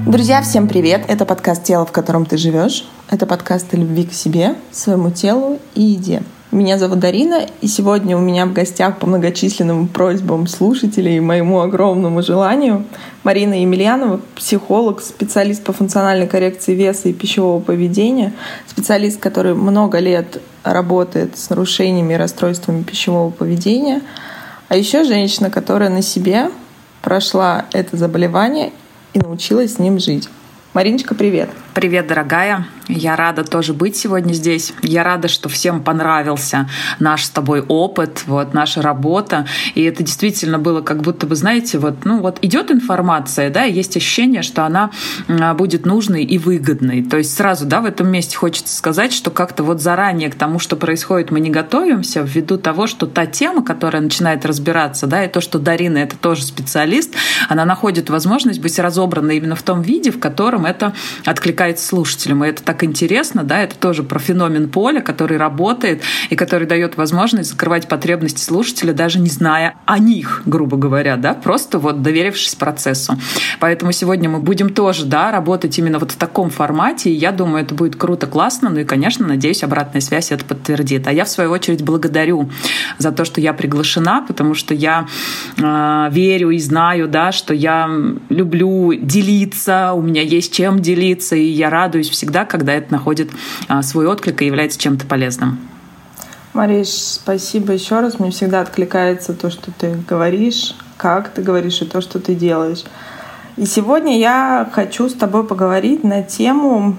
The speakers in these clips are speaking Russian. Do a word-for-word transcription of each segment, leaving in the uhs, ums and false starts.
Друзья, всем привет! Это подкаст «Тело, в котором ты живешь». Это подкаст о любви к себе, своему телу и еде. Меня зовут Дарина, и сегодня у меня в гостях по многочисленным просьбам слушателей и моему огромному желанию Марина Емельянова, психолог, специалист по функциональной коррекции веса и пищевого поведения, специалист, который много лет работает с нарушениями и расстройствами пищевого поведения, а еще женщина, которая на себе прошла это заболевание и научилась с ним жить. Мариночка, привет! Привет, дорогая! Я рада тоже быть сегодня здесь. Я рада, что всем понравился наш с тобой опыт, вот, наша работа. И это действительно было как будто бы, знаете, вот, ну, вот идет информация, да, и есть ощущение, что она будет нужной и выгодной. То есть сразу, да, в этом месте хочется сказать, что как-то вот заранее к тому, что происходит, мы не готовимся ввиду того, что та тема, которая начинает разбираться, да, и то, что Дарина — это тоже специалист, она находит возможность быть разобрана именно в том виде, в котором это откликается слушателям. И это так интересно, да, это тоже про феномен поля, который работает и который дает возможность закрывать потребности слушателя, даже не зная о них, грубо говоря, да, просто вот доверившись процессу. Поэтому сегодня мы будем тоже, да, работать именно вот в таком формате, и я думаю, это будет круто, классно, ну и, конечно, надеюсь, обратная связь это подтвердит. А я, в свою очередь, благодарю за то, что я приглашена, потому что я э, верю и знаю, да, что я люблю делиться, у меня есть чем делиться, и я радуюсь всегда, когда это находит свой отклик и является чем-то полезным. Мариш, спасибо еще раз. Мне всегда откликается то, что ты говоришь, как ты говоришь и то, что ты делаешь. И сегодня я хочу с тобой поговорить на тему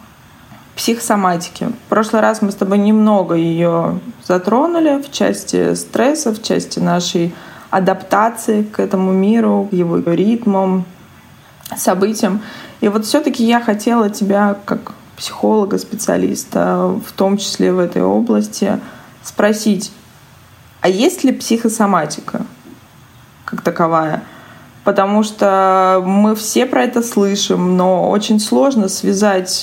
психосоматики. В прошлый раз мы с тобой немного ее затронули в части стресса, в части нашей адаптации к этому миру, к его ритмам, событиям. И вот все-таки я хотела тебя, как психолога, специалиста, в том числе в этой области, спросить, а есть ли психосоматика как таковая? Потому что мы все про это слышим, но очень сложно связать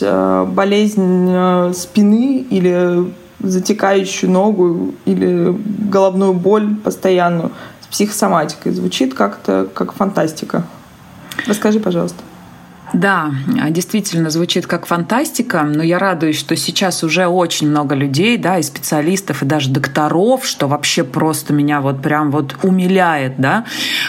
болезнь спины или затекающую ногу или головную боль постоянную с психосоматикой. Звучит как-то как фантастика. Расскажи, пожалуйста. Да, действительно звучит как фантастика, но я радуюсь, что сейчас уже очень много людей, да, и специалистов, и даже докторов, что вообще просто меня вот прям вот умиляет, да,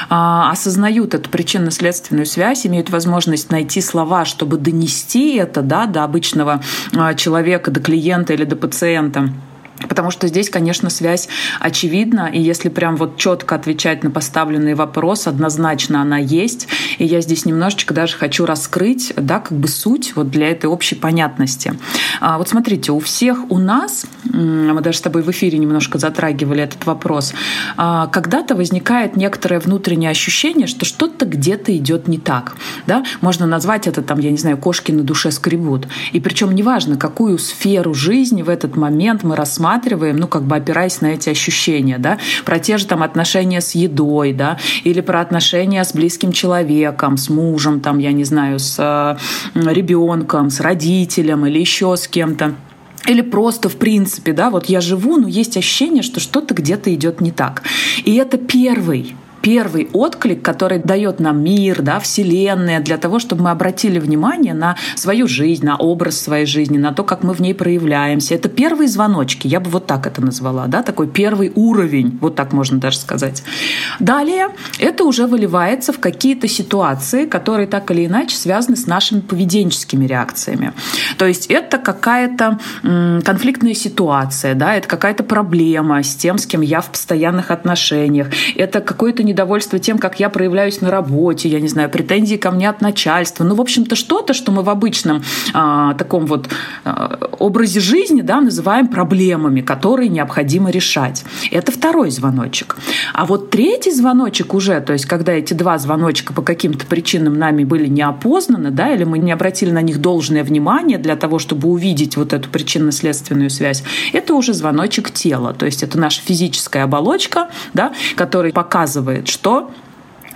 осознают эту причинно-следственную связь, имеют возможность найти слова, чтобы донести это, да, до обычного человека, до клиента или до пациента. Потому что здесь, конечно, связь очевидна, и если прям вот четко отвечать на поставленный вопрос, однозначно она есть. И я здесь немножечко даже хочу раскрыть, да, как бы суть вот для этой общей понятности. А вот смотрите, у всех у нас, мы даже с тобой в эфире немножко затрагивали этот вопрос, когда-то возникает некоторое внутреннее ощущение, что что-то где-то идет не так. Да? Можно назвать это, там, я не знаю, кошки на душе скребут. И причем неважно, какую сферу жизни в этот момент мы рассматриваем, ну, как бы опираясь на эти ощущения, да, про те же там отношения с едой, да, или про отношения с близким человеком, с мужем, там, я не знаю, с э, ребенком, с родителем или еще с кем-то. Или просто, в принципе, да, вот я живу, но есть ощущение, что что-то где-то идет не так. И это первый Первый отклик, который дает нам мир, да, Вселенная, для того, чтобы мы обратили внимание на свою жизнь, на образ своей жизни, на то, как мы в ней проявляемся. Это первые звоночки, я бы вот так это назвала, да, такой первый уровень, вот так можно даже сказать. Далее это уже выливается в какие-то ситуации, которые так или иначе связаны с нашими поведенческими реакциями. То есть это какая-то м, конфликтная ситуация, да, это какая-то проблема с тем, с кем я в постоянных отношениях, это какое-то недовольство тем, как я проявляюсь на работе, я не знаю, претензии ко мне от начальства. Ну, в общем-то, что-то, что мы в обычном а, таком вот а, образе жизни, да, называем проблемами, которые необходимо решать. Это второй звоночек. А вот третий звоночек уже, то есть когда эти два звоночка по каким-то причинам нами были не опознаны, да, или мы не обратили на них должное внимание для того, чтобы увидеть вот эту причинно-следственную связь, это уже звоночек тела. То есть это наша физическая оболочка, да, которая показывает, что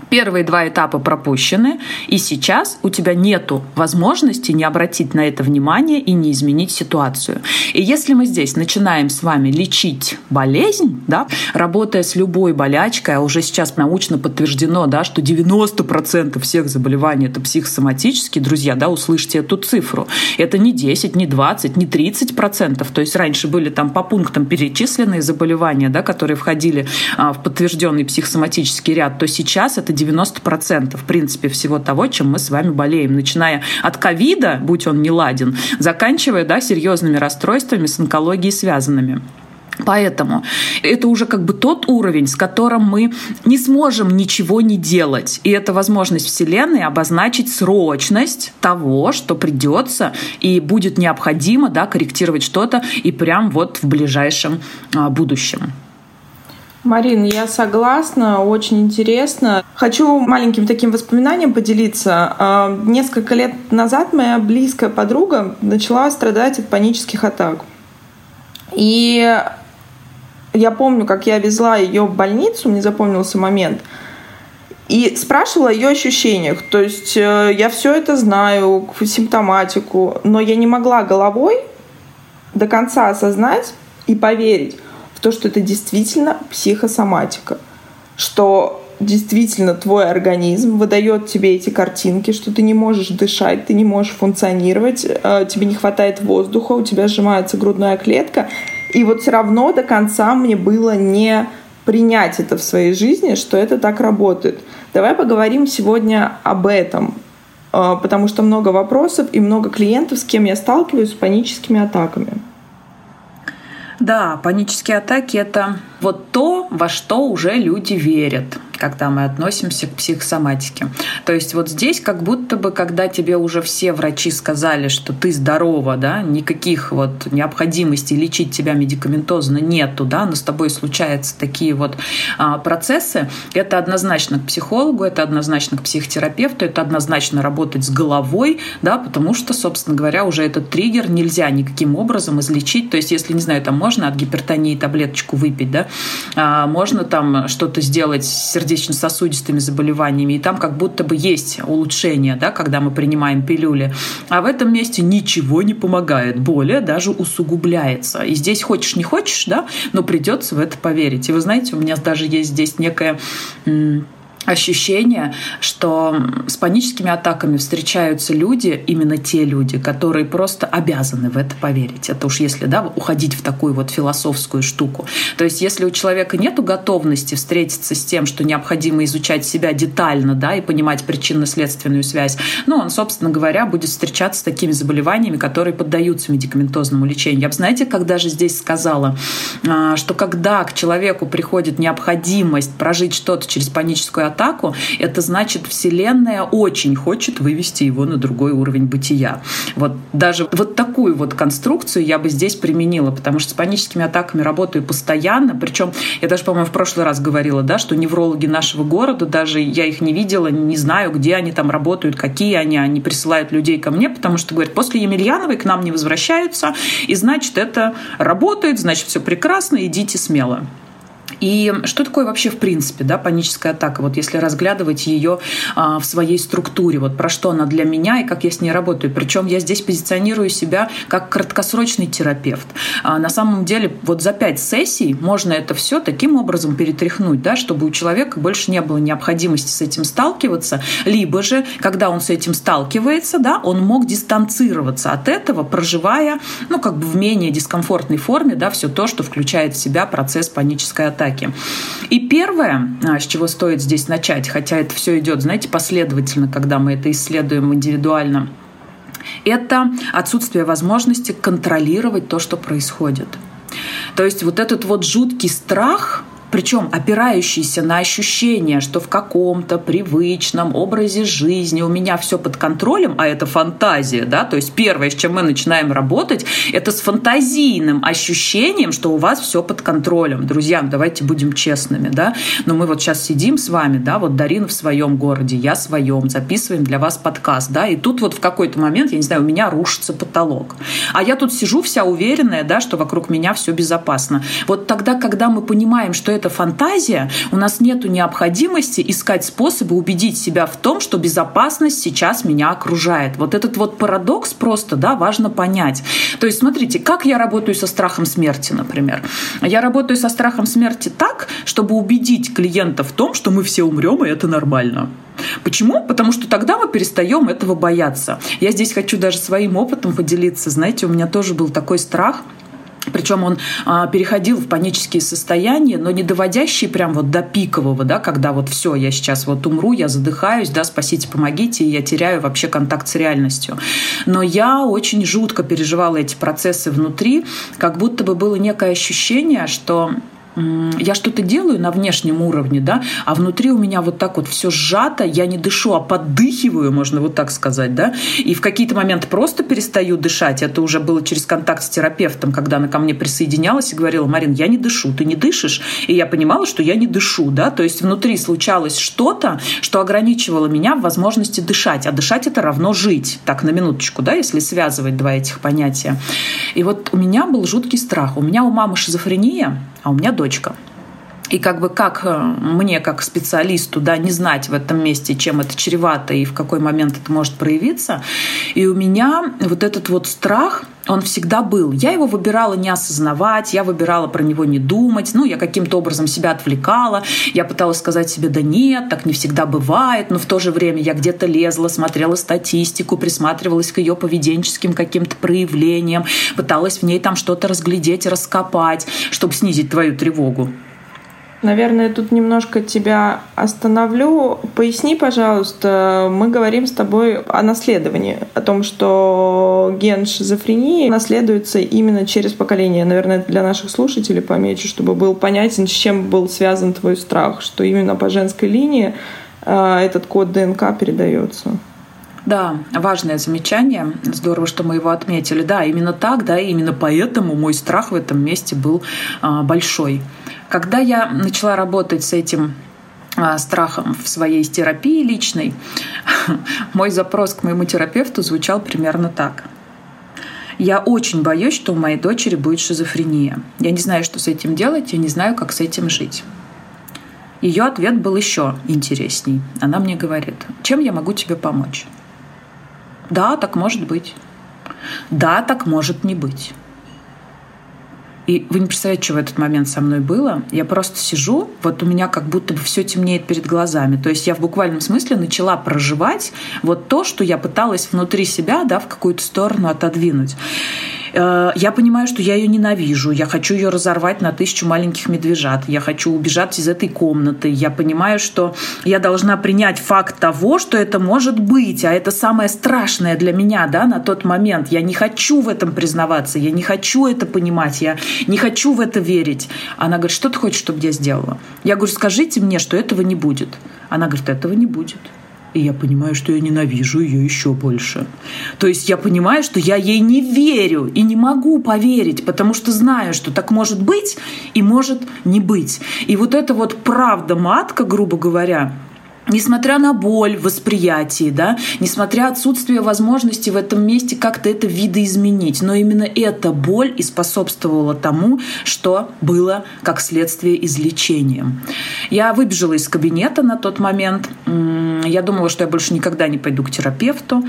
Первые два этапа пропущены, и сейчас у тебя нету возможности не обратить на это внимание и не изменить ситуацию. И если мы здесь начинаем с вами лечить болезнь, да, работая с любой болячкой, а уже сейчас научно подтверждено, да, что девяносто процентов всех заболеваний это психосоматические, друзья, да, услышьте эту цифру. Это не десять, не двадцать, не тридцать процентов. То есть раньше были там по пунктам перечисленные заболевания, да, которые входили а, в подтвержденный психосоматический ряд, то сейчас это девяносто процентов, в принципе, всего того, чем мы с вами болеем, начиная от ковида, будь он не ладен, заканчивая, да, серьезными расстройствами с онкологией связанными. Поэтому это уже как бы тот уровень, с которым мы не сможем ничего не делать. И это возможность Вселенной обозначить срочность того, что придется и будет необходимо, да, корректировать что-то и прям вот в ближайшем а, будущем. Марин, я согласна, очень интересно. Хочу маленьким таким воспоминанием поделиться. Несколько лет назад моя близкая подруга начала страдать от панических атак. И я помню, как я везла ее в больницу, мне запомнился момент, и спрашивала о ее ощущениях. То есть я все это знаю, симптоматику, но я не могла головой до конца осознать и поверить в то, что это действительно психосоматика, что действительно твой организм выдает тебе эти картинки, что ты не можешь дышать, ты не можешь функционировать, тебе не хватает воздуха, у тебя сжимается грудная клетка. И вот все равно до конца мне было не принять это в своей жизни, что это так работает. Давай поговорим сегодня об этом, потому что много вопросов и много клиентов, с кем я сталкиваюсь, с паническими атаками. Да, панические атаки — это вот то, во что уже люди верят, когда мы относимся к психосоматике. То есть вот здесь как будто бы, когда тебе уже все врачи сказали, что ты здорова, да, никаких вот необходимостей лечить тебя медикаментозно нету, да, но с тобой случаются такие вот а, процессы, это однозначно к психологу, это однозначно к психотерапевту, это однозначно работать с головой, да, потому что, собственно говоря, уже этот триггер нельзя никаким образом излечить. То есть если, не знаю, там можно от гипертонии таблеточку выпить, да, а, можно там что-то сделать с сердечно-сосудистыми заболеваниями, и там как будто бы есть улучшение, да, когда мы принимаем пилюли. А в этом месте ничего не помогает. Более даже усугубляется. И здесь хочешь не хочешь, да, но придется в это поверить. И вы знаете, у меня даже есть здесь некая ощущение, что с паническими атаками встречаются люди, именно те люди, которые просто обязаны в это поверить. Это уж если, да, уходить в такую вот философскую штуку. То есть если у человека нет готовности встретиться с тем, что необходимо изучать себя детально, да, и понимать причинно-следственную связь, ну, он, собственно говоря, будет встречаться с такими заболеваниями, которые поддаются медикаментозному лечению. Я бы, знаете, когда же здесь сказала, что когда к человеку приходит необходимость прожить что-то через паническую атаку, атаку, это значит, Вселенная очень хочет вывести его на другой уровень бытия. Вот даже вот такую вот конструкцию я бы здесь применила, потому что с паническими атаками работаю постоянно, причем я даже, по-моему, в прошлый раз говорила, да, что неврологи нашего города, даже я их не видела, не знаю, где они там работают, какие они, они присылают людей ко мне, потому что, говорят, после Емельяновой к нам не возвращаются, и значит, это работает, значит, все прекрасно, идите смело. И что такое вообще в принципе, да, паническая атака? Вот если разглядывать ее а, в своей структуре, вот про что она для меня и как я с ней работаю. Причем я здесь позиционирую себя как краткосрочный терапевт. А, на самом деле вот за пять сессий можно это все таким образом перетряхнуть, да, чтобы у человека больше не было необходимости с этим сталкиваться, либо же, когда он с этим сталкивается, да, он мог дистанцироваться от этого, проживая, ну, как бы в менее дискомфортной форме, да, все то, что включает в себя процесс панической атаки. И первое, с чего стоит здесь начать, хотя это все идет, знаете, последовательно, когда мы это исследуем индивидуально, это отсутствие возможности контролировать то, что происходит. То есть вот этот вот жуткий страх, причем опирающийся на ощущение, что в каком-то привычном образе жизни у меня все под контролем, а это фантазия, да, то есть первое, с чем мы начинаем работать, это с фантазийным ощущением, что у вас все под контролем. Друзья, давайте будем честными, да, но мы вот сейчас сидим с вами, да, вот Дарина в своем городе, я в своем, записываем для вас подкаст, да, и тут вот в какой-то момент, я не знаю, у меня рушится потолок, а я тут сижу вся уверенная, да, что вокруг меня все безопасно. Вот тогда, когда мы понимаем, что это фантазия, у нас нет необходимости искать способы убедить себя в том, что безопасность сейчас меня окружает. Вот этот вот парадокс просто, да, важно понять. То есть, смотрите, как я работаю со страхом смерти, например. Я работаю со страхом смерти так, чтобы убедить клиента в том, что мы все умрем, и это нормально. Почему? Потому что тогда мы перестаем этого бояться. Я здесь хочу даже своим опытом поделиться. Знаете, у меня тоже был такой страх. Причем он а, переходил в панические состояния, но не доводящие прям вот до пикового, да, когда вот все, я сейчас вот умру, я задыхаюсь, да, спасите, помогите, и я теряю вообще контакт с реальностью. Но я очень жутко переживала эти процессы внутри, как будто бы было некое ощущение, что я что-то делаю на внешнем уровне, да, а внутри у меня вот так вот все сжато, я не дышу, а поддыхиваю, можно вот так сказать, да, и в какие-то моменты просто перестаю дышать. Это уже было через контакт с терапевтом, когда она ко мне присоединялась и говорила: Марин, я не дышу, ты не дышишь? И я понимала, что я не дышу, да, то есть внутри случалось что-то, что ограничивало меня в возможности дышать, а дышать — это равно жить, так, на минуточку, да, если связывать два этих понятия. И вот у меня был жуткий страх. У меня у мамы шизофрения, а у меня дочка. И как бы как мне, как специалисту, да, не знать в этом месте, чем это чревато и в какой момент это может проявиться. И у меня вот этот вот страх, он всегда был. Я его выбирала не осознавать, я выбирала про него не думать. Ну, я каким-то образом себя отвлекала. Я пыталась сказать себе: да нет, так не всегда бывает. Но в то же время я где-то лезла, смотрела статистику, присматривалась к ее поведенческим каким-то проявлениям, пыталась в ней там что-то разглядеть, раскопать, чтобы снизить твою тревогу. Наверное, тут немножко тебя остановлю. Поясни, пожалуйста, мы говорим с тобой о наследовании, о том, что ген шизофрении наследуется именно через поколение. Наверное, для наших слушателей помечу, чтобы был понятен, с чем был связан твой страх, что именно по женской линии этот код ДНК передается. Да, важное замечание. Здорово, что мы его отметили. Да, именно так, да, именно поэтому мой страх в этом месте был а, большой. Когда я начала работать с этим а, страхом в своей терапии личной, мой запрос к моему терапевту звучал примерно так. Я очень боюсь, что у моей дочери будет шизофрения. Я не знаю, что с этим делать, я не знаю, как с этим жить. Ее ответ был еще интересней. Она мне говорит: чем я могу тебе помочь? Да, так может быть. Да, так может не быть. И вы не представляете, что в этот момент со мной было. Я просто сижу, вот у меня как будто бы все темнеет перед глазами. То есть я в буквальном смысле начала проживать вот то, что я пыталась внутри себя, да, в какую-то сторону отодвинуть. Я понимаю, что я ее ненавижу, я хочу ее разорвать на тысячу маленьких медвежат, я хочу убежать из этой комнаты, я понимаю, что я должна принять факт того, что это может быть, а это самое страшное для меня, да, на тот момент. Я не хочу в этом признаваться, я не хочу это понимать, я не хочу в это верить. Она говорит: что ты хочешь, чтобы я сделала? Я говорю: скажите мне, что этого не будет. Она говорит: этого не будет. И я понимаю, что я ненавижу ее еще больше. То есть я понимаю, что я ей не верю и не могу поверить, потому что знаю, что так может быть и может не быть. И вот эта вот правда-матка, грубо говоря, несмотря на боль в восприятии, да, несмотря на отсутствие возможности в этом месте как-то это видоизменить, но именно эта боль и способствовала тому, что было как следствие излечением. Я выбежала из кабинета на тот момент. Я думала, что я больше никогда не пойду к терапевту.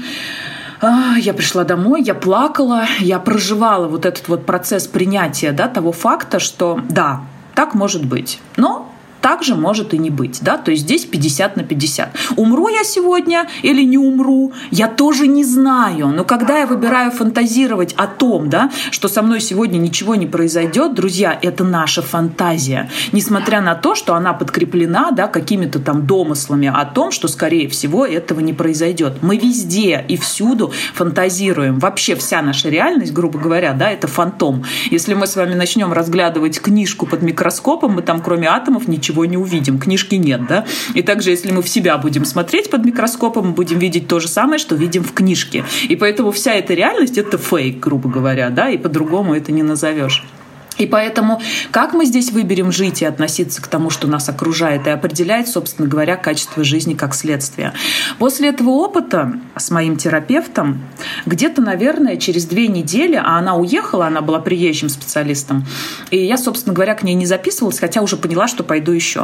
Я пришла домой, я плакала, я проживала вот этот вот процесс принятия, да, того факта, что да, так может быть, но так же может и не быть, да, то есть здесь пятьдесят на пятьдесят. Умру я сегодня или не умру, я тоже не знаю, но когда я выбираю фантазировать о том, да, что со мной сегодня ничего не произойдет, друзья, это наша фантазия, несмотря на то, что она подкреплена, да, какими-то там домыслами о том, что, скорее всего, этого не произойдет. Мы везде и всюду фантазируем. Вообще вся наша реальность, грубо говоря, да, это фантом. Если мы с вами начнем разглядывать книжку под микроскопом, мы там кроме атомов ничего не увидим, книжки нет, да? И также, если мы в себя будем смотреть под микроскопом, мы будем видеть то же самое, что видим в книжке. И поэтому вся эта реальность — это фейк, грубо говоря, да, и по-другому это не назовешь. И поэтому как мы здесь выберем жить и относиться к тому, что нас окружает, и определяет, собственно говоря, качество жизни как следствие. После этого опыта с моим терапевтом где-то, наверное, через две недели, а она уехала, она была приезжим специалистом, и я, собственно говоря, к ней не записывалась, хотя уже поняла, что пойду еще.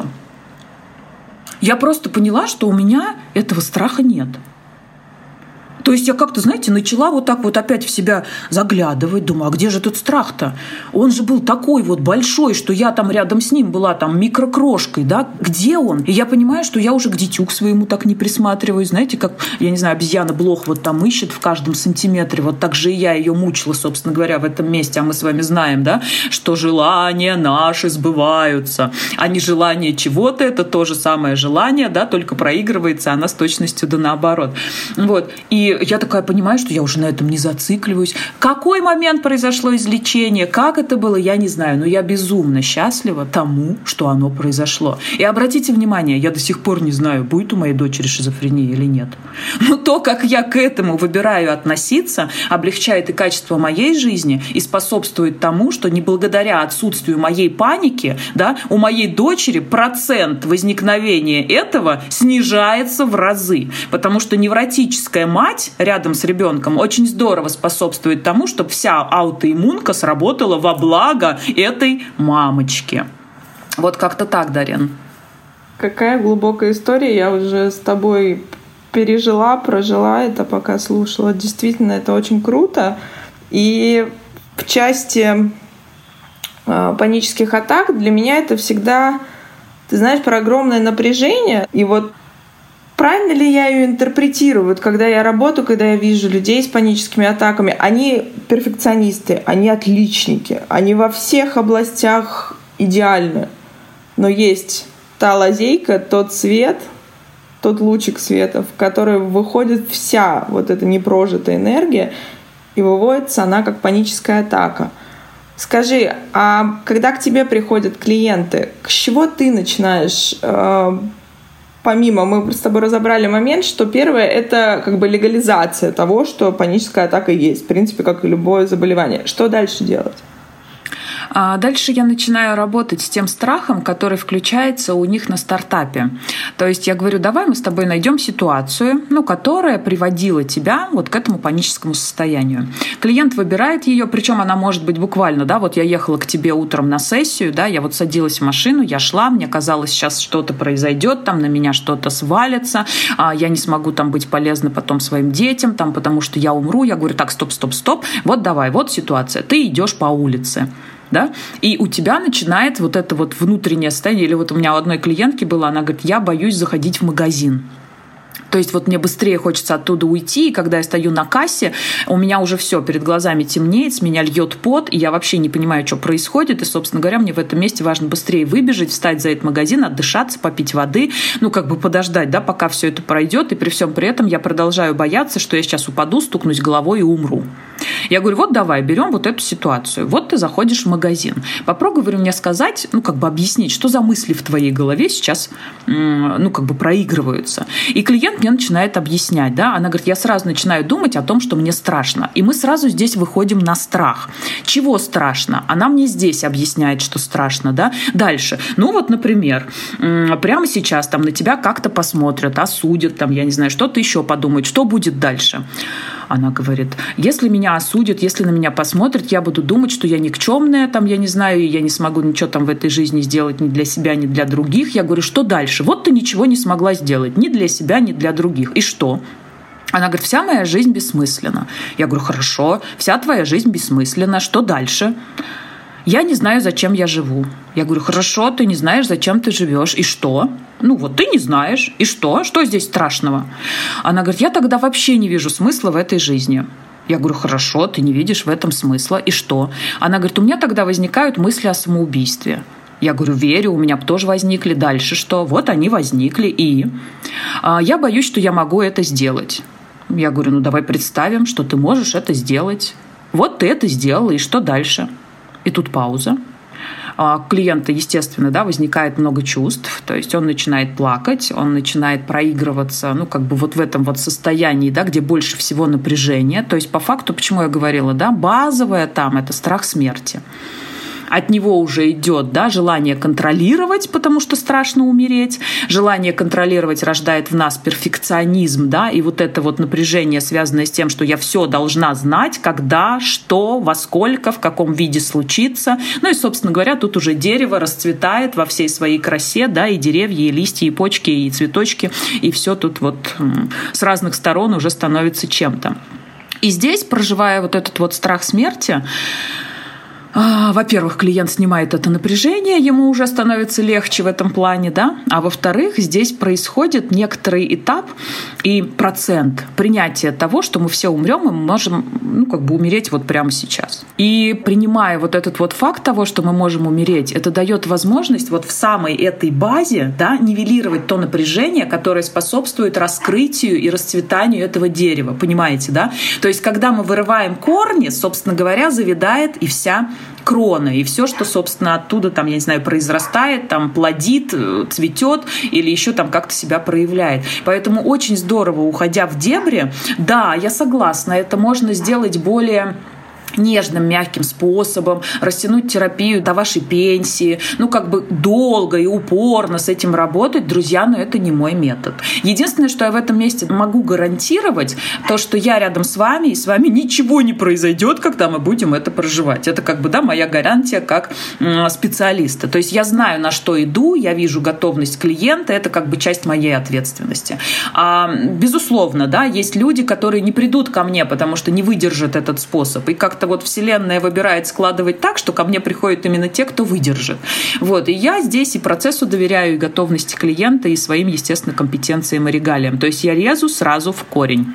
Я просто поняла, что у меня этого страха нет. То есть я как-то, знаете, начала вот так вот опять в себя заглядывать, думаю, а где же этот страх-то? Он же был такой вот большой, что я там рядом с ним была там микрокрошкой, да? Где он? И я понимаю, что я уже к дитю к своему так не присматриваюсь. Знаете, как, я не знаю, обезьяна блох вот там ищет в каждом сантиметре. Вот так же и я ее мучила, собственно говоря, в этом месте. А мы с вами знаем, да, что желания наши сбываются. А не желание чего-то, это то же самое желание, да, только проигрывается она с точностью да наоборот. Вот. И я такая понимаю, что я уже на этом не зацикливаюсь. Какой момент произошло излечение, как это было, я не знаю, но я безумно счастлива тому, что оно произошло. И обратите внимание, я до сих пор не знаю, будет у моей дочери шизофрения или нет. Но то, как я к этому выбираю относиться, облегчает и качество моей жизни и способствует тому, что не благодаря отсутствию моей паники, да, у моей дочери процент возникновения этого снижается в разы. Потому что невротическая мать рядом с ребенком очень здорово способствует тому, чтобы вся аутоиммунка сработала во благо этой мамочки. Вот как-то так, Дарин. Какая глубокая история. Я уже с тобой пережила, прожила это, пока слушала. Действительно, это очень круто. И в части э, панических атак для меня это всегда, ты знаешь, про огромное напряжение. И вот правильно ли я ее интерпретирую? Вот когда я работаю, когда я вижу людей с паническими атаками, они перфекционисты, они отличники, они во всех областях идеальны. Но есть та лазейка, тот свет, тот лучик света, в который выходит вся вот эта непрожитая энергия, и выводится она как паническая атака. Скажи, а когда к тебе приходят клиенты, с чего ты начинаешь... Э, Помимо, мы с тобой разобрали момент, что первое — это как бы легализация того, что паническая атака есть, в принципе, как и любое заболевание. Что дальше делать? А дальше я начинаю работать с тем страхом, который включается у них на стартапе. То есть я говорю, давай мы с тобой найдем ситуацию, ну, которая приводила тебя вот к этому паническому состоянию. Клиент выбирает ее, причем она может быть буквально, да, вот я ехала к тебе утром на сессию, да, я вот садилась в машину, я шла, мне казалось, сейчас что-то произойдет, там на меня что-то свалится, я не смогу там быть полезна потом своим детям, там, потому что я умру. Я говорю, так, стоп, стоп, стоп, вот давай, вот ситуация, ты идешь по улице. Да? И у тебя начинает вот это вот внутреннее состояние. Или вот у меня у одной клиентки было, она говорит, я боюсь заходить в магазин. То есть вот мне быстрее хочется оттуда уйти, и когда я стою на кассе, у меня уже все перед глазами темнеет, с меня льет пот, и я вообще не понимаю, что происходит. И, собственно говоря, мне в этом месте важно быстрее выбежать, встать за этот магазин, отдышаться, попить воды, ну, как бы подождать, да, пока все это пройдет. И при всем при этом я продолжаю бояться, что я сейчас упаду, стукнусь головой и умру. Я говорю, вот давай, берем вот эту ситуацию. Вот ты заходишь в магазин. Попробуй, говорю, мне сказать, ну, как бы объяснить, что за мысли в твоей голове сейчас, ну, как бы проигрываются. И клиент мне начинает объяснять, да, она говорит, я сразу начинаю думать о том, что мне страшно. И мы сразу здесь выходим на страх. Чего страшно? Она мне здесь объясняет, что страшно, да. Дальше. Ну, вот, например, прямо сейчас там на тебя как-то посмотрят, осудят, там, я не знаю, что-то еще подумают. Что будет дальше? Она говорит, если меня осудят, если на меня посмотрят, я буду думать, что я никчемная, там, я не знаю, и я не смогу ничего там в этой жизни сделать ни для себя, ни для других. Я говорю, что дальше? Вот ты ничего не смогла сделать ни для себя, ни для других. И что? Она говорит, вся моя жизнь бессмысленна. Я говорю, хорошо, вся твоя жизнь бессмысленна. Что дальше? Я не знаю, зачем я живу. Я говорю, хорошо, ты не знаешь, зачем ты живешь. И что? Ну вот ты не знаешь. И что? Что здесь страшного? Она говорит, я тогда вообще не вижу смысла в этой жизни. Я говорю, хорошо, ты не видишь в этом смысла. И что? Она говорит, у меня тогда возникают мысли о самоубийстве. Я говорю, верю, у меня тоже возникли. Дальше что? Вот они возникли. И я боюсь, что я могу это сделать. Я говорю, ну давай представим, что ты можешь это сделать. Вот ты это сделала, и что дальше? И тут пауза. У клиента, естественно, да, возникает много чувств, то есть он начинает плакать, он начинает проигрываться, ну, как бы вот в этом вот состоянии, да, где больше всего напряжения. То есть по факту, почему я говорила, да, базовое там – это страх смерти. от него уже идет, да, желание контролировать, потому что страшно умереть. Желание контролировать рождает в нас перфекционизм, да, и вот это вот напряжение, связанное с тем, что я все должна знать, когда, что, во сколько, в каком виде случится. Ну и, собственно говоря, тут уже дерево расцветает во всей своей красе, да, и деревья, и листья, и почки, и цветочки, и все тут вот с разных сторон уже становится чем-то. И здесь, проживая вот этот вот страх смерти, во-первых, клиент снимает это напряжение, ему уже становится легче в этом плане, да, а во-вторых, здесь происходит некоторый этап и процент принятия того, что мы все умрем, и мы можем, ну, как бы умереть вот прямо сейчас. И принимая вот этот вот факт того, что мы можем умереть, это дает возможность вот в самой этой базе, да, нивелировать то напряжение, которое способствует раскрытию и расцветанию этого дерева, понимаете, да? То есть, когда мы вырываем корни, собственно говоря, завядает и вся крона, и все, что, собственно, оттуда, там, я не знаю, произрастает, там, плодит, цветет или еще там как-то себя проявляет. Поэтому очень здорово, уходя в дебри, да, я согласна, это можно сделать более нежным, мягким способом, растянуть терапию до вашей пенсии, ну, как бы долго и упорно с этим работать, друзья, но это не мой метод. Единственное, что я в этом месте могу гарантировать, то, что я рядом с вами, и с вами ничего не произойдет, когда мы будем это проживать. Это как бы, да, моя гарантия как специалиста. То есть я знаю, на что иду, я вижу готовность клиента, это как бы часть моей ответственности. А, безусловно, да, есть люди, которые не придут ко мне, потому что не выдержат этот способ, и как-то вот Вселенная выбирает складывать так, что ко мне приходят именно те, кто выдержит. Вот. И я здесь и процессу доверяю, и готовности клиента, и своим, естественно, компетенциям и регалиям. То есть я резу сразу в корень.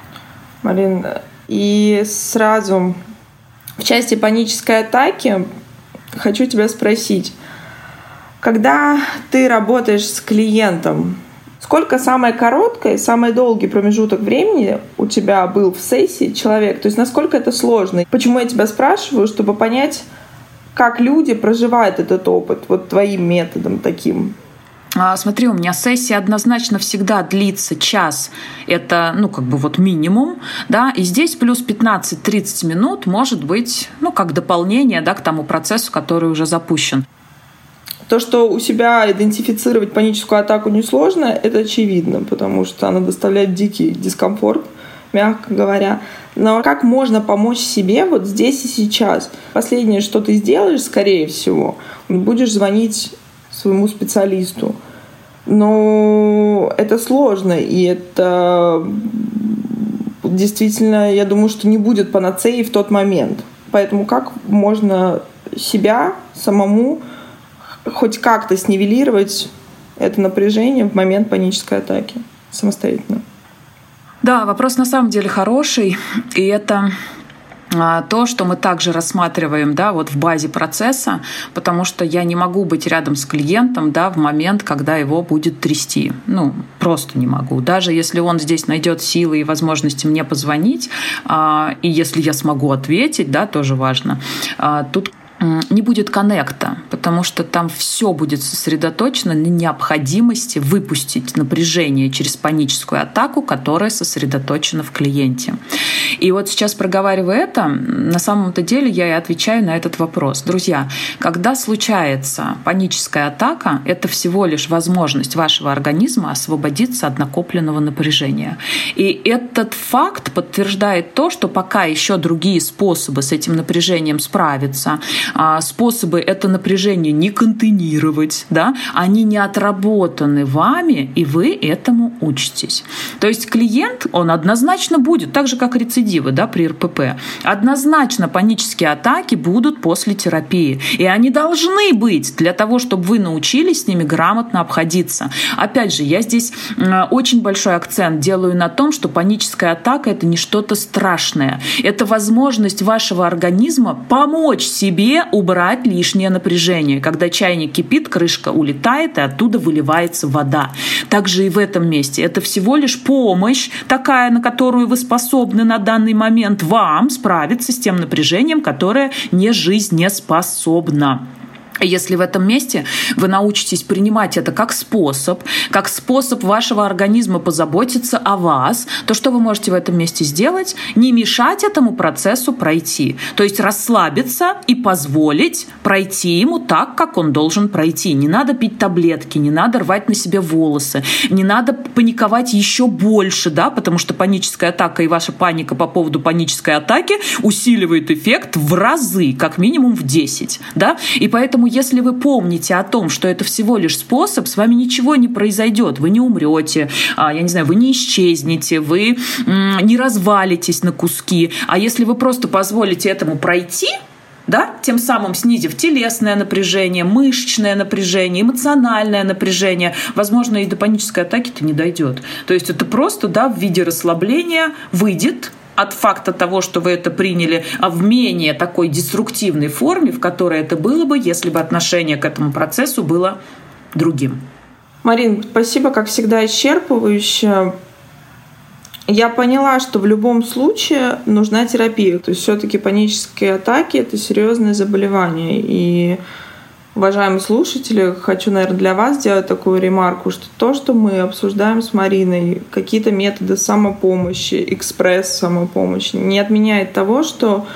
Марин, и сразу в части панической атаки хочу тебя спросить. Когда ты работаешь с клиентом, сколько самое короткое и самый долгий промежуток времени у тебя был в сессии человек? То есть насколько это сложно? Почему я тебя спрашиваю? Чтобы понять, как люди проживают этот опыт вот твоим методом таким. Смотри, у меня сессия однозначно всегда длится час. Это, ну, как бы вот минимум, да, и здесь плюс пятнадцать-тридцать минут может быть, ну, как дополнение, да, к тому процессу, который уже запущен. То, что у себя идентифицировать паническую атаку несложно, это очевидно, потому что она доставляет дикий дискомфорт, мягко говоря. Но как можно помочь себе вот здесь и сейчас? Последнее, что ты сделаешь, скорее всего, будешь звонить своему специалисту. Но это сложно, и это действительно, я думаю, что не будет панацеи в тот момент. Поэтому как можно себя самому хоть как-то снивелировать это напряжение в момент панической атаки самостоятельно? Да, вопрос на самом деле хороший, и это то, что мы также рассматриваем, да, вот в базе процесса, потому что я не могу быть рядом с клиентом, да, в момент, когда его будет трясти. Ну, просто не могу. Даже если он здесь найдет силы и возможности мне позвонить, и если я смогу ответить, да, тоже важно, тут не будет коннекта, потому что там все будет сосредоточено на необходимости выпустить напряжение через паническую атаку, которая сосредоточена в клиенте. И вот сейчас, проговаривая это, на самом-то деле я и отвечаю на этот вопрос. Друзья, когда случается паническая атака, это всего лишь возможность вашего организма освободиться от накопленного напряжения. И этот факт подтверждает то, что пока еще другие способы с этим напряжением справиться, способы это напряжение не контейнировать, да, они не отработаны вами, и вы этому учитесь. То есть клиент, он однозначно будет, так же, как рецидивы, да, при эр пэ пэ, однозначно панические атаки будут после терапии. И они должны быть для того, чтобы вы научились с ними грамотно обходиться. Опять же, я здесь очень большой акцент делаю на том, что паническая атака — это не что-то страшное. Это возможность вашего организма помочь себе убрать лишнее напряжение. Когда чайник кипит, крышка улетает, и оттуда выливается вода. Также и в этом месте. Это всего лишь помощь такая, на которую вы способны на данный момент вам справиться с тем напряжением, которое не жизнеспособно. Если в этом месте вы научитесь принимать это как способ, как способ вашего организма позаботиться о вас, то что вы можете в этом месте сделать? Не мешать этому процессу пройти. То есть расслабиться и позволить пройти ему так, как он должен пройти. Не надо пить таблетки, не надо рвать на себе волосы, не надо паниковать еще больше, да, потому что паническая атака и ваша паника по поводу панической атаки усиливает эффект в разы, как минимум в десять. Да? И поэтому если вы помните о том, что это всего лишь способ, с вами ничего не произойдет. Вы не умрете, я не знаю, вы не исчезнете, вы не развалитесь на куски. А если вы просто позволите этому пройти, да, тем самым снизив телесное напряжение, мышечное напряжение, эмоциональное напряжение, возможно, и до панической атаки-то не дойдет. То есть это просто, да, в виде расслабления выйдет от факта того, что вы это приняли, а в менее такой деструктивной форме, в которой это было бы, если бы отношение к этому процессу было другим. Марин, спасибо, как всегда, исчерпывающе. Я поняла, что в любом случае нужна терапия. То есть все-таки панические атаки — это серьезное заболевание. И, уважаемые слушатели, хочу, наверное, для вас сделать такую ремарку, что то, что мы обсуждаем с Мариной, какие-то методы самопомощи, экспресс-самопомощи, не отменяет того, что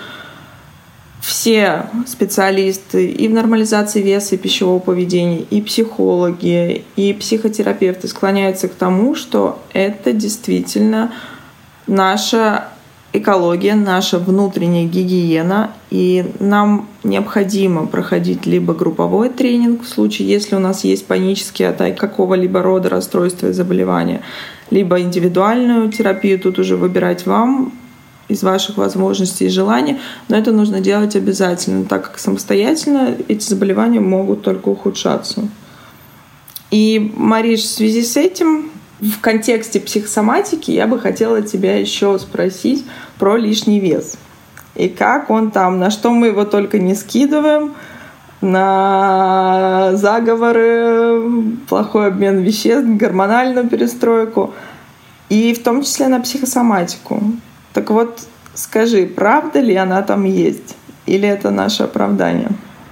все специалисты и в нормализации веса и пищевого поведения, и психологи, и психотерапевты склоняются к тому, что это действительно наша экология, наша внутренняя гигиена, и нам необходимо проходить либо групповой тренинг в случае, если у нас есть панические атаки какого-либо рода расстройства и заболевания, либо индивидуальную терапию, тут уже выбирать вам из ваших возможностей и желаний, но это нужно делать обязательно, так как самостоятельно эти заболевания могут только ухудшаться. И, Мариш, в связи с этим, в контексте психосоматики я бы хотела тебя еще спросить про лишний вес. И как он там, на что мы его только не скидываем, на заговоры, плохой обмен веществ, гормональную перестройку, и в том числе на психосоматику. Так вот, скажи, правда ли она там есть? Или это наше оправдание?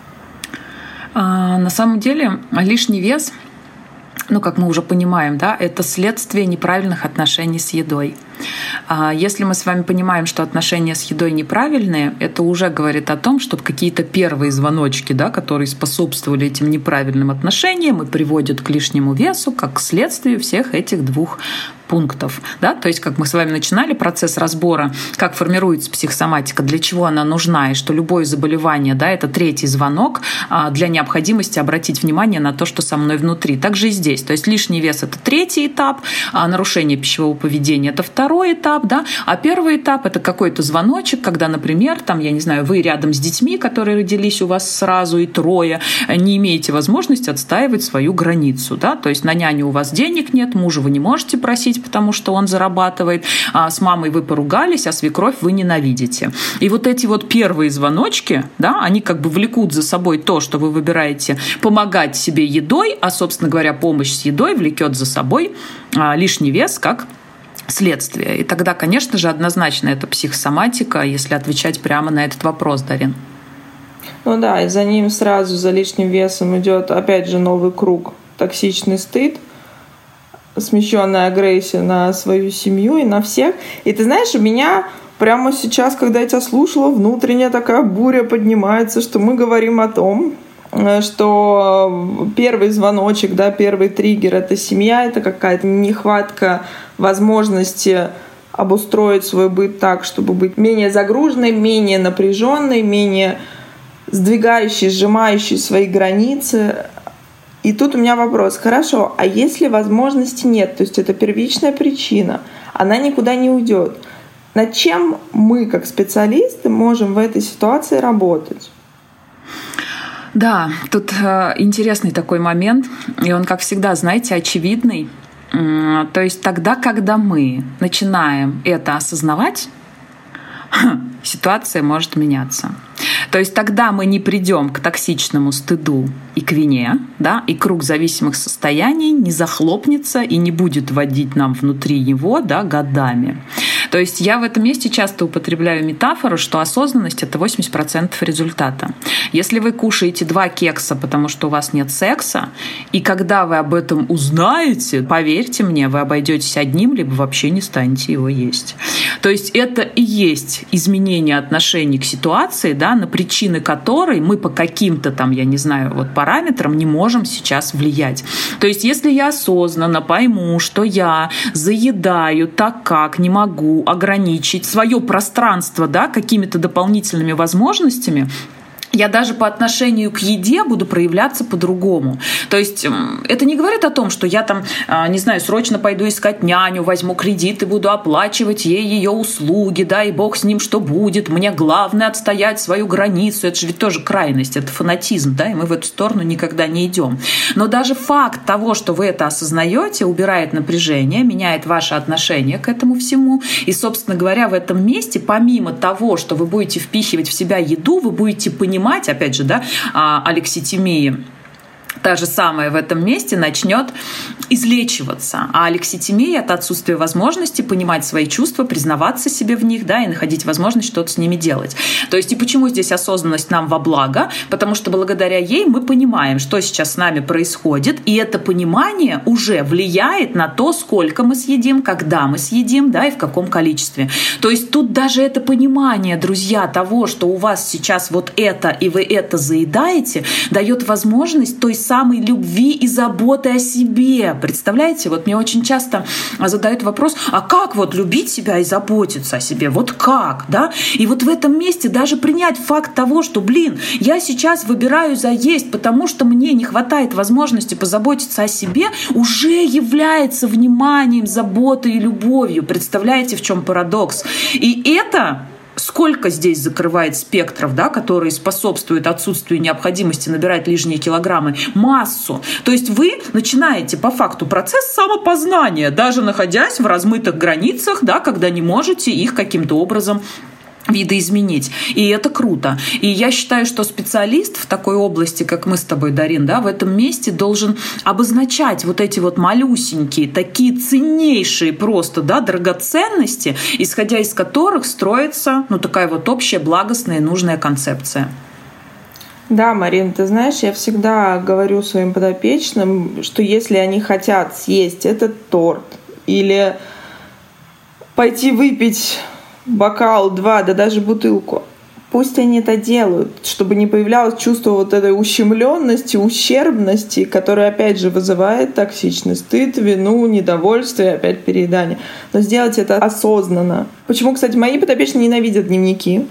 А, на самом деле, лишний вес, ну, как мы уже понимаем, да, это следствие неправильных отношений с едой. А если мы с вами понимаем, что отношения с едой неправильные, это уже говорит о том, что какие-то первые звоночки, да, которые способствовали этим неправильным отношениям и приводят к лишнему весу, как к следствию всех этих двух пунктов. Да? То есть, как мы с вами начинали процесс разбора, как формируется психосоматика, для чего она нужна, и что любое заболевание, да, это третий звонок для необходимости обратить внимание на то, что со мной внутри. Также и здесь. То есть лишний вес — это третий этап, а нарушение пищевого поведения — это второй этап, да? А первый этап — это какой-то звоночек, когда, например, там, я не знаю, вы рядом с детьми, которые родились у вас сразу и трое, не имеете возможности отстаивать свою границу. Да? То есть на няню у вас денег нет, мужа вы не можете просить, потому что он зарабатывает, а с мамой вы поругались, а свекровь вы ненавидите. И вот эти вот первые звоночки, да, они как бы влекут за собой то, что вы выбираете помогать себе едой, а, собственно говоря, помощь с едой влекет за собой а, лишний вес как следствие. И тогда, конечно же, однозначно это психосоматика, если отвечать прямо на этот вопрос, Дарин. Ну да, и за ним сразу, за лишним весом идет, опять же, новый круг. Токсичный стыд, смещенная агрессия на свою семью и на всех. И ты знаешь, у меня прямо сейчас, когда я тебя слушала, внутренняя такая буря поднимается, что мы говорим о том, что первый звоночек, да, первый триггер — это семья, это какая-то нехватка возможности обустроить свой быт так, чтобы быть менее загруженной, менее напряженной, менее сдвигающей, сжимающей свои границы. И тут у меня вопрос. Хорошо, а если возможности нет, то есть это первичная причина, она никуда не уйдет, над чем мы, как специалисты, можем в этой ситуации работать? Да, тут э, интересный такой момент, и он, как всегда, знаете, очевидный. То есть тогда, когда мы начинаем это осознавать, ситуация может меняться. То есть тогда мы не придем к токсичному стыду и к вине, да, и круг зависимых состояний не захлопнется и не будет водить нам внутри его, да, годами. То есть я в этом месте часто употребляю метафору, что осознанность — это восемьдесят процентов результата. Если вы кушаете два кекса, потому что у вас нет секса, и когда вы об этом узнаете, поверьте мне, вы обойдетесь одним, либо вообще не станете его есть. То есть это и есть изменение отношений к ситуации, да, на причины которой мы по каким-то там, я не знаю, вот параметрам не можем сейчас влиять. То есть если я осознанно пойму, что я заедаю так, как не могу ограничить свое пространство, да, какими-то дополнительными возможностями, я даже по отношению к еде буду проявляться по-другому. То есть это не говорит о том, что я там, не знаю, срочно пойду искать няню, возьму кредит и буду оплачивать ей ее услуги, да, и бог с ним, что будет. Мне главное отстоять свою границу. Это же ведь тоже крайность, это фанатизм, да, и мы в эту сторону никогда не идем. Но даже факт того, что вы это осознаете, убирает напряжение, меняет ваше отношение к этому всему. И, собственно говоря, в этом месте, помимо того, что вы будете впихивать в себя еду, вы будете понимать, опять же, да, алекситимия, та же самая в этом месте начнет излечиваться. А алекситимия — это отсутствие возможности понимать свои чувства, признаваться себе в них, да, и находить возможность что-то с ними делать. То есть и почему здесь осознанность нам во благо? Потому что благодаря ей мы понимаем, что сейчас с нами происходит, и это понимание уже влияет на то, сколько мы съедим, когда мы съедим, да, и в каком количестве. То есть тут даже это понимание, друзья, того, что у вас сейчас вот это, и вы это заедаете, дает возможность той самой любви и заботы о себе. Представляете, вот мне очень часто задают вопрос, а как вот любить себя и заботиться о себе? Вот как, да? И вот в этом месте даже принять факт того, что, блин, я сейчас выбираю заесть, потому что мне не хватает возможности позаботиться о себе, уже является вниманием, заботой и любовью. Представляете, в чем парадокс? И это... Сколько здесь закрывает спектров, да, которые способствуют отсутствию необходимости набирать лишние килограммы? Массу. То есть вы начинаете по факту процесс самопознания, даже находясь в размытых границах, да, когда не можете их каким-то образом видоизменить. И это круто. И я считаю, что специалист в такой области, как мы с тобой, Дарин, да, в этом месте должен обозначать вот эти вот малюсенькие, такие ценнейшие просто, да, драгоценности, исходя из которых строится, ну, такая вот общая благостная и нужная концепция. Да, Марин, ты знаешь, я всегда говорю своим подопечным, что если они хотят съесть этот торт или пойти выпить бокал, два, да даже бутылку, пусть они это делают, чтобы не появлялось чувство вот этой ущемленности, ущербности, которая опять же вызывает токсичный стыд, вину, недовольство и опять переедание. Но сделать это осознанно. Почему, кстати, мои подопечные ненавидят дневники,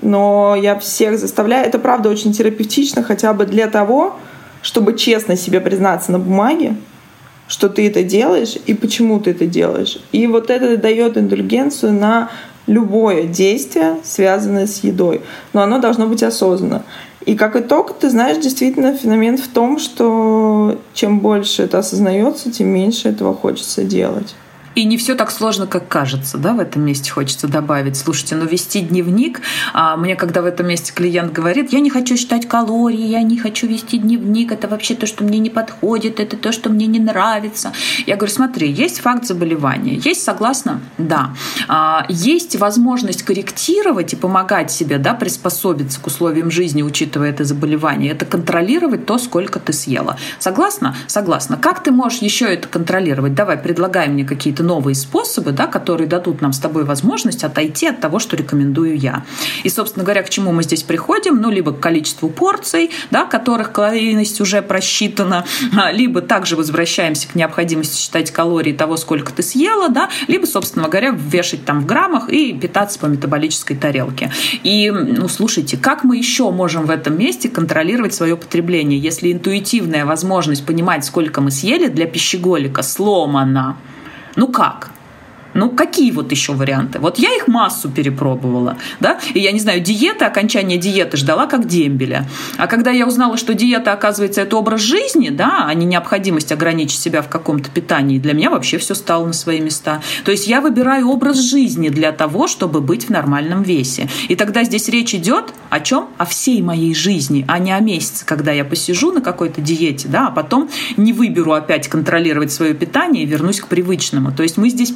но я всех заставляю. Это правда очень терапевтично, хотя бы для того, чтобы честно себе признаться на бумаге, что ты это делаешь и почему ты это делаешь. И вот это дает индульгенцию на любое действие, связанное с едой. Но оно должно быть осознанно. И как итог, ты знаешь, действительно феномен в том, что чем больше это осознается, тем меньше этого хочется делать. И не все так сложно, как кажется, да, в этом месте хочется добавить. Слушайте, но вести дневник, а мне когда в этом месте клиент говорит, я не хочу считать калории, я не хочу вести дневник, это вообще то, что мне не подходит, это то, что мне не нравится. Я говорю, смотри, есть факт заболевания, есть, согласна? Да. А, есть возможность корректировать и помогать себе, да, приспособиться к условиям жизни, учитывая это заболевание, это контролировать то, сколько ты съела. Согласна? Согласна. Как ты можешь еще это контролировать? Давай, предлагай мне какие-то новые способы, да, которые дадут нам с тобой возможность отойти от того, что рекомендую я. И, собственно говоря, к чему мы здесь приходим? Ну, либо к количеству порций, да, которых калорийность уже просчитана, либо также возвращаемся к необходимости считать калории того, сколько ты съела, да, либо, собственно говоря, вешать там в граммах и питаться по метаболической тарелке. И, ну, слушайте, как мы еще можем в этом месте контролировать свое потребление, если интуитивная возможность понимать, сколько мы съели, для пищеголика сломана? Ну как? Ну, какие вот еще варианты? Вот я их массу перепробовала, да, и я не знаю, диета, окончание диеты ждала как дембеля. А когда я узнала, что диета, оказывается, это образ жизни, да, а не необходимость ограничить себя в каком-то питании, для меня вообще все стало на свои места. То есть я выбираю образ жизни для того, чтобы быть в нормальном весе. И тогда здесь речь идет о чем? О всей моей жизни, а не о месяце, когда я посижу на какой-то диете, да, а потом не выберу опять контролировать свое питание и вернусь к привычному. То есть мы здесь принимаем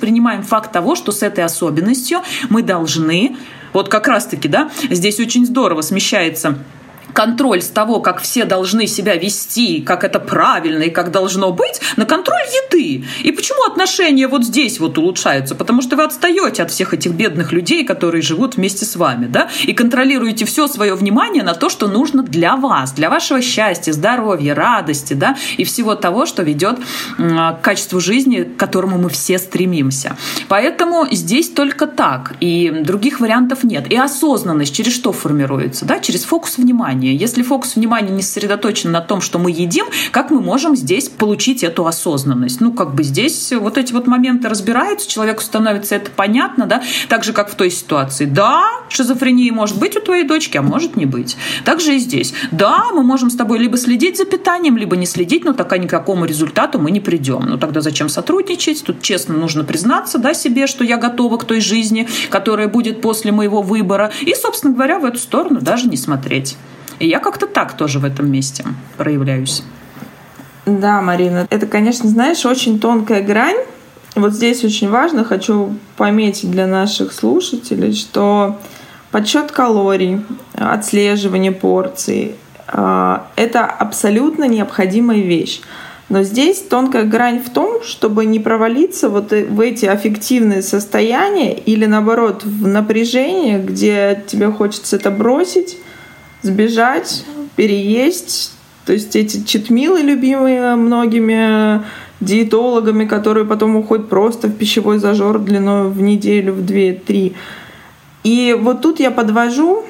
факт того, что с этой особенностью мы должны, вот как раз-таки, да, здесь очень здорово смещается контроль с того, как все должны себя вести, как это правильно и как должно быть, на контроль еды. И почему отношения вот здесь вот улучшаются? Потому что вы отстаете от всех этих бедных людей, которые живут вместе с вами, да, и контролируете все свое внимание на то, что нужно для вас, для вашего счастья, здоровья, радости, да, и всего того, что ведет к качеству жизни, к которому мы все стремимся. Поэтому здесь только так, и других вариантов нет. И осознанность через что формируется? Да? Через фокус внимания. Если фокус внимания не сосредоточен на том, что мы едим, как мы можем здесь получить эту осознанность? Ну, как бы здесь вот эти вот моменты разбираются, человеку становится это понятно, да, так же, как в той ситуации. Да, шизофрения может быть у твоей дочки, а может не быть. Так же и здесь. Да, мы можем с тобой либо следить за питанием, либо не следить, но так к никакому результату мы не придем. Ну, тогда зачем сотрудничать? Тут честно нужно признаться, да, себе, что я готова к той жизни, которая будет после моего выбора. И, собственно говоря, в эту сторону даже не смотреть. И я как-то так тоже в этом месте проявляюсь. Да, Марина, это, конечно, знаешь, очень тонкая грань. Вот здесь очень важно, хочу пометить для наших слушателей, что подсчет калорий, отслеживание порций – это абсолютно необходимая вещь. Но здесь тонкая грань в том, чтобы не провалиться вот в эти аффективные состояния или, наоборот, в напряжение, где тебе хочется это бросить, сбежать, переесть. То есть эти читмилы, любимые многими диетологами, которые потом уходят просто в пищевой зажор длиной в неделю, в две-три. И вот тут я подвожу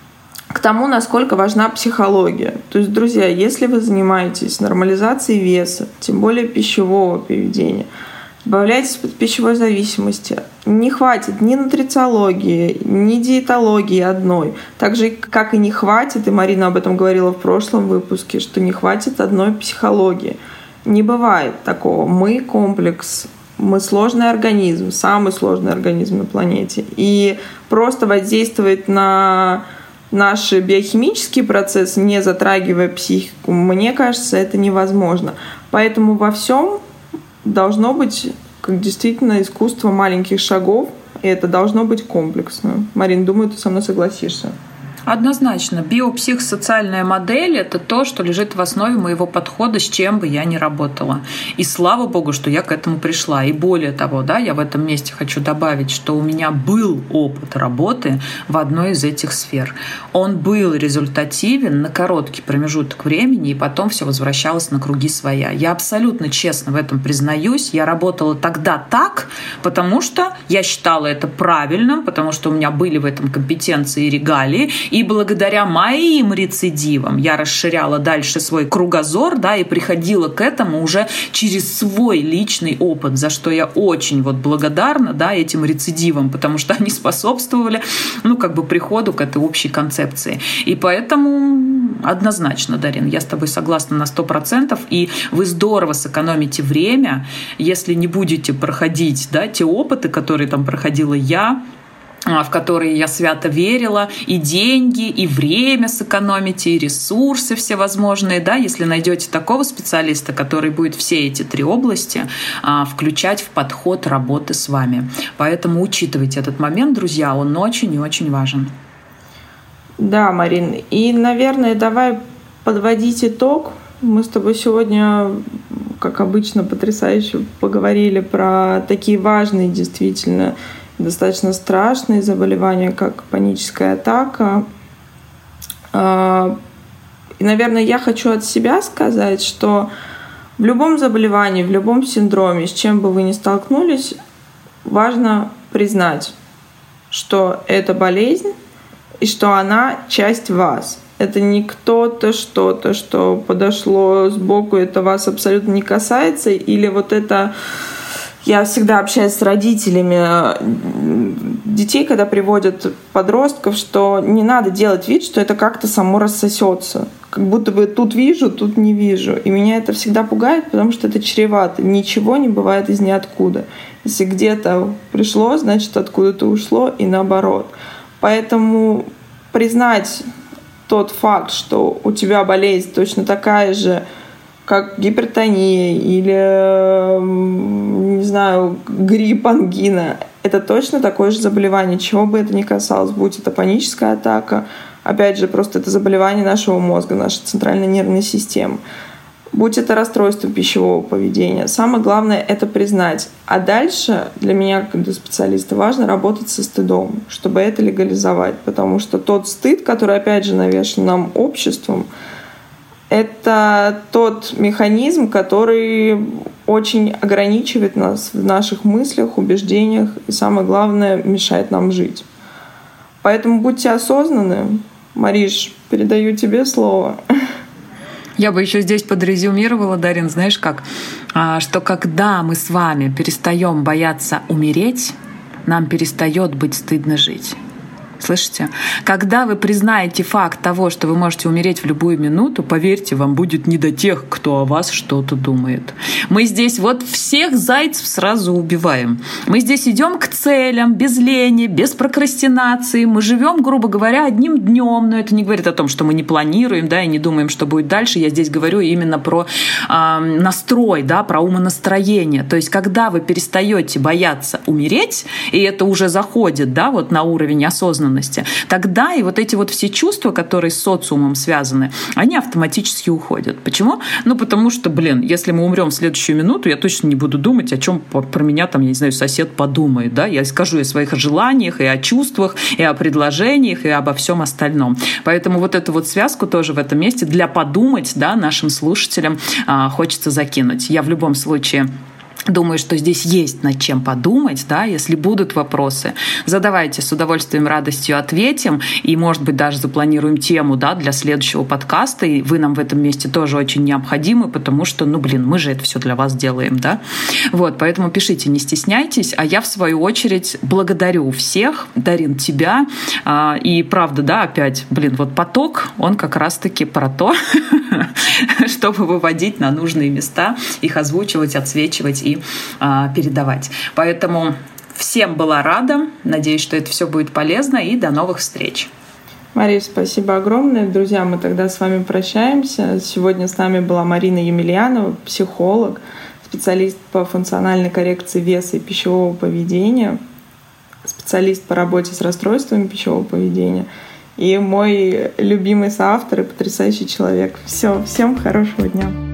к тому, насколько важна психология. То есть, друзья, если вы занимаетесь нормализацией веса, тем более пищевого поведения, избавляйтесь от пищевой зависимости. Не хватит ни нутрициологии, ни диетологии одной. Так же, как и не хватит, и Марина об этом говорила в прошлом выпуске, что не хватит одной психологии. Не бывает такого. Мы комплекс, мы сложный организм, самый сложный организм на планете. И просто воздействовать на наши биохимические процессы, не затрагивая психику, мне кажется, это невозможно. Поэтому во всем должно быть как действительно искусство маленьких шагов, и это должно быть комплексно. Марин, думаю, ты со мной согласишься. Однозначно. Биопсихосоциальная модель – это то, что лежит в основе моего подхода, с чем бы я ни работала. И слава богу, что я к этому пришла. И более того, да, я в этом месте хочу добавить, что у меня был опыт работы в одной из этих сфер. Он был результативен на короткий промежуток времени, и потом все возвращалось на круги своя. Я абсолютно честно в этом признаюсь. Я работала тогда так, потому что я считала это правильным, потому что у меня были в этом компетенции и регалии. И благодаря моим рецидивам я расширяла дальше свой кругозор, да, и приходила к этому уже через свой личный опыт, за что я очень вот благодарна, да, этим рецидивам, потому что они способствовали, ну, как бы приходу к этой общей концепции. И поэтому однозначно, Дарин, я с тобой согласна на сто процентов, и вы здорово сэкономите время, если не будете проходить, да, те опыты, которые там проходила я, в которые я свято верила, и деньги, и время сэкономите, и ресурсы всевозможные, да, если найдете такого специалиста, который будет все эти три области а, включать в подход работы с вами. Поэтому учитывайте этот момент, друзья, он очень и очень важен. Да, Марин, и, наверное, давай подводить итог. Мы с тобой сегодня, как обычно, потрясающе поговорили про такие важные, действительно, достаточно страшные заболевания, как паническая атака. И, наверное, я хочу от себя сказать, что в любом заболевании, в любом синдроме, с чем бы вы ни столкнулись, важно признать, что это болезнь и что она часть вас. Это не кто-то, что-то, что подошло сбоку, это вас абсолютно не касается, или вот это... Я всегда общаюсь с родителями детей, когда приводят подростков, что не надо делать вид, что это как-то само рассосется. Как будто бы тут вижу, тут не вижу. И меня это всегда пугает, потому что это чревато. Ничего не бывает из ниоткуда. Если где-то пришло, значит, откуда-то ушло, и наоборот. Поэтому признать тот факт, что у тебя болезнь точно такая же, как гипертония или, не знаю, грипп, ангина. Это точно такое же заболевание, чего бы это ни касалось. Будь это паническая атака, опять же, просто это заболевание нашего мозга, нашей центральной нервной системы. Будь это расстройство пищевого поведения. Самое главное — это признать. А дальше для меня, как для специалиста, важно работать со стыдом, чтобы это легализовать. Потому что тот стыд, который, опять же, навешан нам обществом, это тот механизм, который очень ограничивает нас в наших мыслях, убеждениях и, самое главное, мешает нам жить. Поэтому будьте осознанны. Мариш, передаю тебе слово. Я бы еще здесь подрезюмировала, Дарин, знаешь как, что когда мы с вами перестаем бояться умереть, нам перестает быть стыдно жить. Слышите? Когда вы признаете факт того, что вы можете умереть в любую минуту, поверьте, вам будет не до тех, кто о вас что-то думает. Мы здесь вот всех зайцев сразу убиваем. Мы здесь идем к целям, без лени, без прокрастинации. Мы живем, грубо говоря, одним днем. Но это не говорит о том, что мы не планируем, да, и не думаем, что будет дальше. Я здесь говорю именно про э, настрой, да, про умонастроение. То есть, когда вы перестаете бояться умереть, и это уже заходит, да, вот на уровень осознанности, тогда и вот эти вот все чувства, которые с социумом связаны, они автоматически уходят. Почему? Ну, потому что, блин, если мы умрем в следующую минуту, я точно не буду думать, о чем про меня там, я не знаю, сосед подумает, да, я скажу о своих желаниях, и о чувствах, и о предложениях, и обо всем остальном. Поэтому вот эту вот связку тоже в этом месте для подумать, да, нашим слушателям а, хочется закинуть. Я в любом случае думаю, что здесь есть над чем подумать, да, если будут вопросы, задавайте, с удовольствием, радостью ответим, и, может быть, даже запланируем тему, да, для следующего подкаста, и вы нам в этом месте тоже очень необходимы, потому что, ну, блин, мы же это все для вас делаем, да, вот, поэтому пишите, не стесняйтесь, а я, в свою очередь, благодарю всех, Дарин, тебя, и правда, да, опять, блин, вот поток, он как раз-таки про то, чтобы выводить на нужные места, их озвучивать, отсвечивать и а, передавать. Поэтому всем была рада. Надеюсь, что это все будет полезно. И до новых встреч. Мария, спасибо огромное. Друзья, мы тогда с вами прощаемся. Сегодня с нами была Марина Емельянова, психолог, специалист по функциональной коррекции веса и пищевого поведения, специалист по работе с расстройствами пищевого поведения и мой любимый соавтор и потрясающий человек. Все, всем хорошего дня.